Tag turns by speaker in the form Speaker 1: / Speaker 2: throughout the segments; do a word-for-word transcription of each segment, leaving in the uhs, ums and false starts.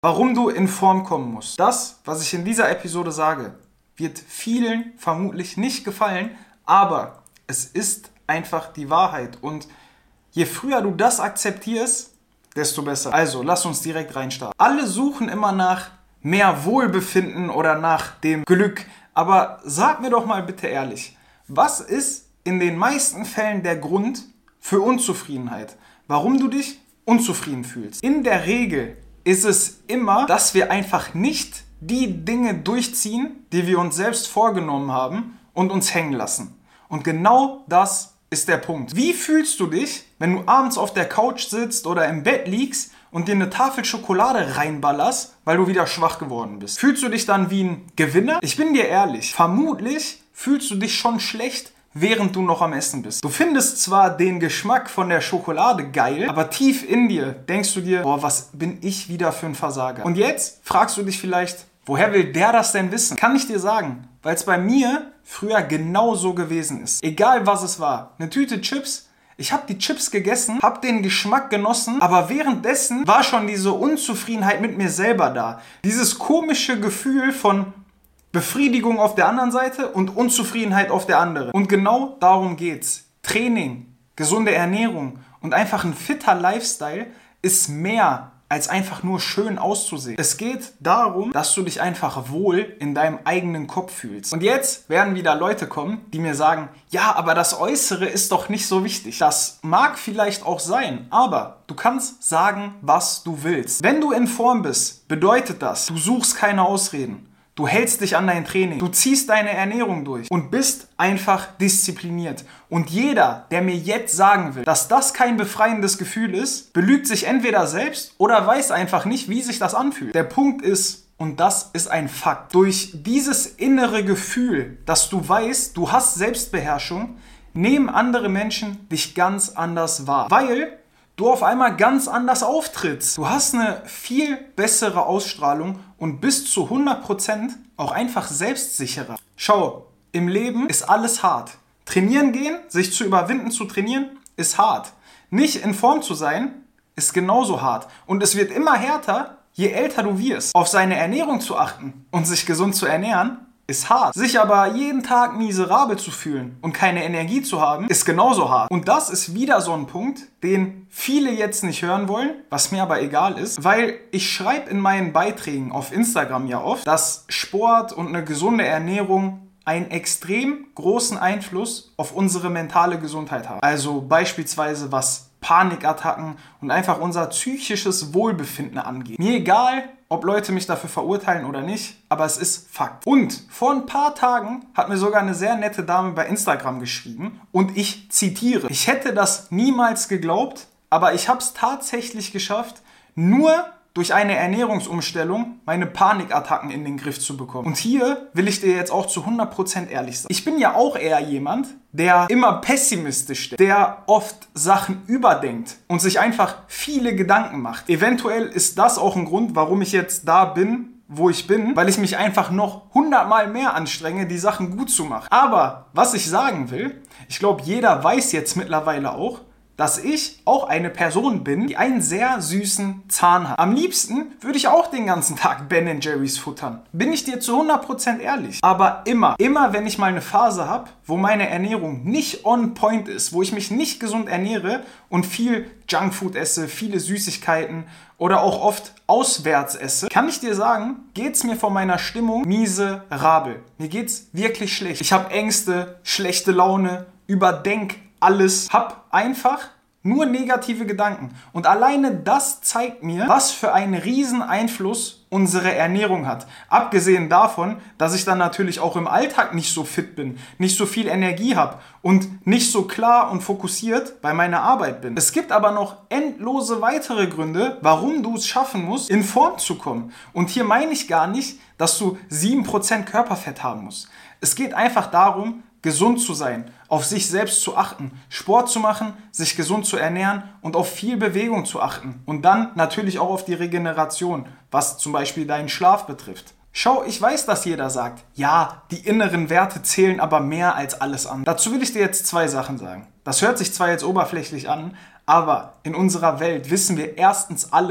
Speaker 1: Warum du in Form kommen musst. Das, was ich in dieser Episode sage, wird vielen vermutlich nicht gefallen, aber es ist einfach die Wahrheit. Und je früher du das akzeptierst, desto besser. Also, lass uns direkt reinstarten. Alle suchen immer nach mehr Wohlbefinden oder nach dem Glück. Aber sag mir doch mal bitte ehrlich, was ist in den meisten Fällen der Grund für Unzufriedenheit? Warum du dich unzufrieden fühlst? In der Regel ist es immer, dass wir einfach nicht die Dinge durchziehen, die wir uns selbst vorgenommen haben und uns hängen lassen. Und genau das ist der Punkt. Wie fühlst du dich, wenn du abends auf der Couch sitzt oder im Bett liegst und dir eine Tafel Schokolade reinballerst, weil du wieder schwach geworden bist? Fühlst du dich dann wie ein Gewinner? Ich bin dir ehrlich, vermutlich fühlst du dich schon schlecht, während du noch am Essen bist. Du findest zwar den Geschmack von der Schokolade geil, aber tief in dir denkst du dir, boah, was bin ich wieder für ein Versager? Und jetzt fragst du dich vielleicht, woher will der das denn wissen? Kann ich dir sagen, weil es bei mir früher genauso gewesen ist. Egal was es war, eine Tüte Chips, ich habe die Chips gegessen, habe den Geschmack genossen, aber währenddessen war schon diese Unzufriedenheit mit mir selber da. Dieses komische Gefühl von Befriedigung auf der anderen Seite und Unzufriedenheit auf der anderen. Und genau darum geht's. Training, gesunde Ernährung und einfach ein fitter Lifestyle ist mehr als einfach nur schön auszusehen. Es geht darum, dass du dich einfach wohl in deinem eigenen Kopf fühlst. Und jetzt werden wieder Leute kommen, die mir sagen, ja, aber das Äußere ist doch nicht so wichtig. Das mag vielleicht auch sein, aber du kannst sagen, was du willst. Wenn du in Form bist, bedeutet das, du suchst keine Ausreden. Du hältst dich an dein Training, du ziehst deine Ernährung durch und bist einfach diszipliniert. Und jeder, der mir jetzt sagen will, dass das kein befreiendes Gefühl ist, belügt sich entweder selbst oder weiß einfach nicht, wie sich das anfühlt. Der Punkt ist, und das ist ein Fakt, durch dieses innere Gefühl, dass du weißt, du hast Selbstbeherrschung, nehmen andere Menschen dich ganz anders wahr. Weil du auf einmal ganz anders auftrittst. Du hast eine viel bessere Ausstrahlung und bist zu hundert Prozent auch einfach selbstsicherer. Schau, im Leben ist alles hart. Trainieren gehen, sich zu überwinden zu trainieren, ist hart. Nicht in Form zu sein, ist genauso hart. Und es wird immer härter, je älter du wirst. Auf seine Ernährung zu achten und sich gesund zu ernähren, ist hart. Sich aber jeden Tag miserabel zu fühlen und keine Energie zu haben, ist genauso hart. Und das ist wieder so ein Punkt, den viele jetzt nicht hören wollen, was mir aber egal ist, weil ich schreibe in meinen Beiträgen auf Instagram ja oft, dass Sport und eine gesunde Ernährung einen extrem großen Einfluss auf unsere mentale Gesundheit haben. Also beispielsweise was Panikattacken und einfach unser psychisches Wohlbefinden angeht. Mir egal, ob Leute mich dafür verurteilen oder nicht, aber es ist Fakt. Und vor ein paar Tagen hat mir sogar eine sehr nette Dame bei Instagram geschrieben und ich zitiere: Ich hätte das niemals geglaubt, aber ich habe es tatsächlich geschafft, nur durch eine Ernährungsumstellung meine Panikattacken in den Griff zu bekommen. Und hier will ich dir jetzt auch zu hundert Prozent ehrlich sein. Ich bin ja auch eher jemand, der immer pessimistisch denkt, der oft Sachen überdenkt und sich einfach viele Gedanken macht. Eventuell ist das auch ein Grund, warum ich jetzt da bin, wo ich bin, weil ich mich einfach noch hundertmal mehr anstrenge, die Sachen gut zu machen. Aber was ich sagen will, ich glaube, jeder weiß jetzt mittlerweile auch, dass ich auch eine Person bin, die einen sehr süßen Zahn hat. Am liebsten würde ich auch den ganzen Tag Ben Jerry's futtern. Bin ich dir zu hundert Prozent ehrlich. Aber immer, immer wenn ich mal eine Phase habe, wo meine Ernährung nicht on point ist, wo ich mich nicht gesund ernähre und viel Junkfood esse, viele Süßigkeiten oder auch oft auswärts esse, kann ich dir sagen, geht's mir von meiner Stimmung miserabel. Mir geht's wirklich schlecht. Ich habe Ängste, schlechte Laune, überdenk alles, hab einfach nur negative Gedanken. Und alleine das zeigt mir, was für einen riesen Einfluss unsere Ernährung hat. Abgesehen davon, dass ich dann natürlich auch im Alltag nicht so fit bin, nicht so viel Energie habe und nicht so klar und fokussiert bei meiner Arbeit bin. Es gibt aber noch endlose weitere Gründe, warum du es schaffen musst, in Form zu kommen. Und hier meine ich gar nicht, dass du sieben Prozent Körperfett haben musst. Es geht einfach darum, gesund zu sein, auf sich selbst zu achten, Sport zu machen, sich gesund zu ernähren und auf viel Bewegung zu achten. Und dann natürlich auch auf die Regeneration, was zum Beispiel deinen Schlaf betrifft. Schau, ich weiß, dass jeder sagt, ja, die inneren Werte zählen aber mehr als alles andere. Dazu will ich dir jetzt zwei Sachen sagen. Das hört sich zwar jetzt oberflächlich an, aber in unserer Welt wissen wir erstens alle,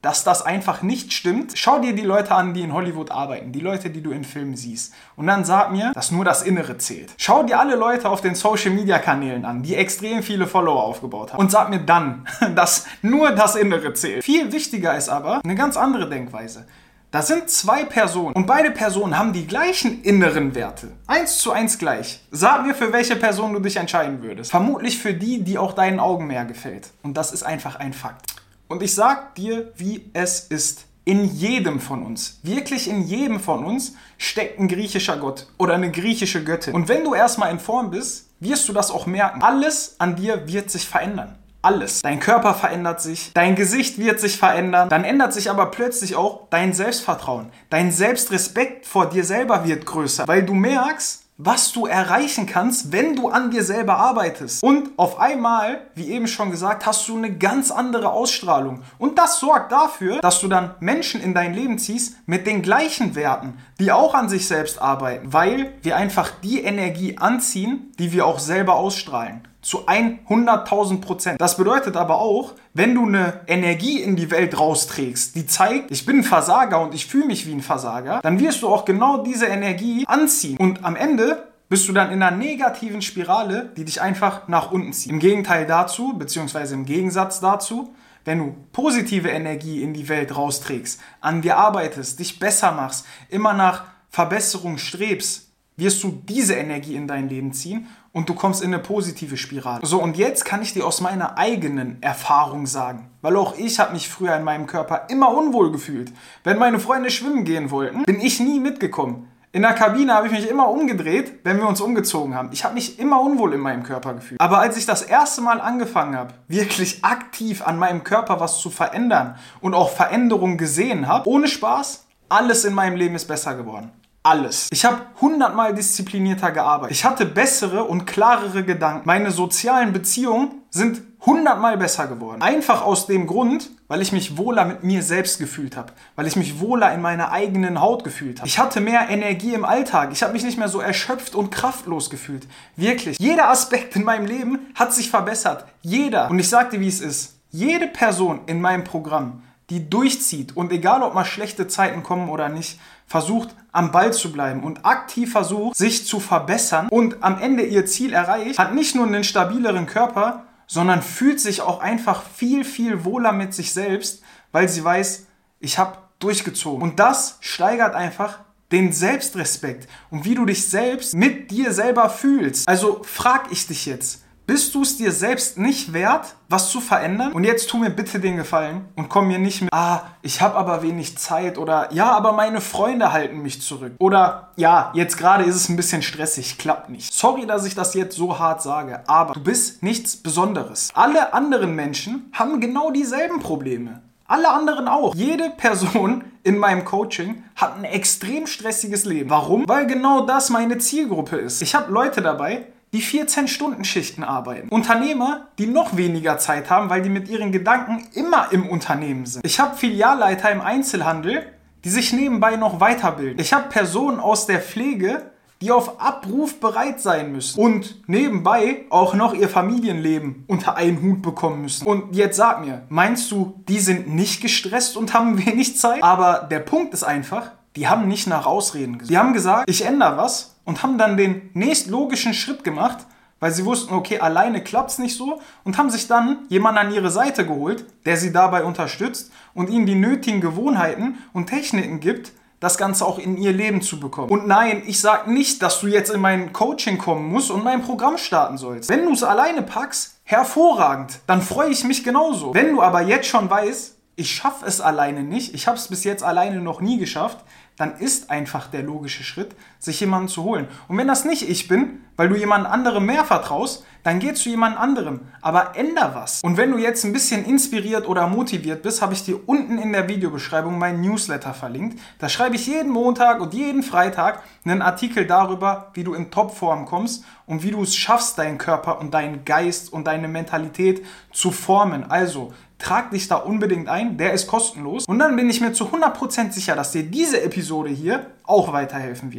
Speaker 1: dass das einfach nicht stimmt, schau dir die Leute an, die in Hollywood arbeiten, die Leute, die du in Filmen siehst. Und dann sag mir, dass nur das Innere zählt. Schau dir alle Leute auf den Social-Media-Kanälen an, die extrem viele Follower aufgebaut haben. Und sag mir dann, dass nur das Innere zählt. Viel wichtiger ist aber eine ganz andere Denkweise. Da sind zwei Personen und beide Personen haben die gleichen inneren Werte. Eins zu eins gleich. Sag mir, für welche Person du dich entscheiden würdest. Vermutlich für die, die auch deinen Augen mehr gefällt. Und das ist einfach ein Fakt. Und ich sag dir, wie es ist. In jedem von uns, wirklich in jedem von uns, steckt ein griechischer Gott oder eine griechische Göttin. Und wenn du erstmal in Form bist, wirst du das auch merken. Alles an dir wird sich verändern. Alles. Dein Körper verändert sich, dein Gesicht wird sich verändern, dann ändert sich aber plötzlich auch dein Selbstvertrauen. Dein Selbstrespekt vor dir selber wird größer, weil du merkst, was du erreichen kannst, wenn du an dir selber arbeitest. Und auf einmal, wie eben schon gesagt, hast du eine ganz andere Ausstrahlung. Und das sorgt dafür, dass du dann Menschen in dein Leben ziehst mit den gleichen Werten, die auch an sich selbst arbeiten, weil wir einfach die Energie anziehen, die wir auch selber ausstrahlen. Zu hunderttausend Prozent. Das bedeutet aber auch, wenn du eine Energie in die Welt rausträgst, die zeigt, ich bin ein Versager und ich fühle mich wie ein Versager, dann wirst du auch genau diese Energie anziehen. Und am Ende bist du dann in einer negativen Spirale, die dich einfach nach unten zieht. Im Gegenteil dazu, beziehungsweise im Gegensatz dazu, wenn du positive Energie in die Welt rausträgst, an dir arbeitest, dich besser machst, immer nach Verbesserung strebst, wirst du diese Energie in dein Leben ziehen und du kommst in eine positive Spirale. So, und jetzt kann ich dir aus meiner eigenen Erfahrung sagen, weil auch ich habe mich früher in meinem Körper immer unwohl gefühlt. Wenn meine Freunde schwimmen gehen wollten, bin ich nie mitgekommen. In der Kabine habe ich mich immer umgedreht, wenn wir uns umgezogen haben. Ich habe mich immer unwohl in meinem Körper gefühlt. Aber als ich das erste Mal angefangen habe, wirklich aktiv an meinem Körper was zu verändern und auch Veränderungen gesehen habe, ohne Spaß, alles in meinem Leben ist besser geworden. Alles. Ich habe hundertmal disziplinierter gearbeitet. Ich hatte bessere und klarere Gedanken. Meine sozialen Beziehungen sind hundertmal besser geworden. Einfach aus dem Grund, weil ich mich wohler mit mir selbst gefühlt habe. Weil ich mich wohler in meiner eigenen Haut gefühlt habe. Ich hatte mehr Energie im Alltag. Ich habe mich nicht mehr so erschöpft und kraftlos gefühlt. Wirklich. Jeder Aspekt in meinem Leben hat sich verbessert. Jeder. Und ich sag dir, wie es ist. Jede Person in meinem Programm, die durchzieht und egal, ob mal schlechte Zeiten kommen oder nicht, versucht, am Ball zu bleiben und aktiv versucht, sich zu verbessern und am Ende ihr Ziel erreicht, hat nicht nur einen stabileren Körper, sondern fühlt sich auch einfach viel, viel wohler mit sich selbst, weil sie weiß, ich habe durchgezogen. Und das steigert einfach den Selbstrespekt und wie du dich selbst mit dir selber fühlst. Also frag ich dich jetzt, bist du es dir selbst nicht wert, was zu verändern? Und jetzt tu mir bitte den Gefallen und komm mir nicht mit, ah, ich habe aber wenig Zeit oder ja, aber meine Freunde halten mich zurück. Oder ja, jetzt gerade ist es ein bisschen stressig, klappt nicht. Sorry, dass ich das jetzt so hart sage, aber du bist nichts Besonderes. Alle anderen Menschen haben genau dieselben Probleme. Alle anderen auch. Jede Person in meinem Coaching hat ein extrem stressiges Leben. Warum? Weil genau das meine Zielgruppe ist. Ich habe Leute dabei, die vierzehn-Stunden-Schichten arbeiten. Unternehmer, die noch weniger Zeit haben, weil die mit ihren Gedanken immer im Unternehmen sind. Ich habe Filialleiter im Einzelhandel, die sich nebenbei noch weiterbilden. Ich habe Personen aus der Pflege, die auf Abruf bereit sein müssen und nebenbei auch noch ihr Familienleben unter einen Hut bekommen müssen. Und jetzt sag mir, meinst du, die sind nicht gestresst und haben wenig Zeit? Aber der Punkt ist einfach, die haben nicht nach Ausreden gesucht. Die haben gesagt, ich ändere was und haben dann den nächstlogischen Schritt gemacht, weil sie wussten, okay, alleine klappt es nicht so und haben sich dann jemanden an ihre Seite geholt, der sie dabei unterstützt und ihnen die nötigen Gewohnheiten und Techniken gibt, das Ganze auch in ihr Leben zu bekommen. Und nein, ich sage nicht, dass du jetzt in mein Coaching kommen musst und mein Programm starten sollst. Wenn du es alleine packst, hervorragend, dann freue ich mich genauso. Wenn du aber jetzt schon weißt, ich schaffe es alleine nicht, ich habe es bis jetzt alleine noch nie geschafft, dann ist einfach der logische Schritt, sich jemanden zu holen. Und wenn das nicht ich bin, weil du jemand anderem mehr vertraust, dann geh zu jemand anderem. Aber änder was. Und wenn du jetzt ein bisschen inspiriert oder motiviert bist, habe ich dir unten in der Videobeschreibung meinen Newsletter verlinkt. Da schreibe ich jeden Montag und jeden Freitag einen Artikel darüber, wie du in Topform kommst und wie du es schaffst, deinen Körper und deinen Geist und deine Mentalität zu formen. Also, trag dich da unbedingt ein, der ist kostenlos. Und dann bin ich mir zu hundert Prozent sicher, dass dir diese Episode hier auch weiterhelfen wird.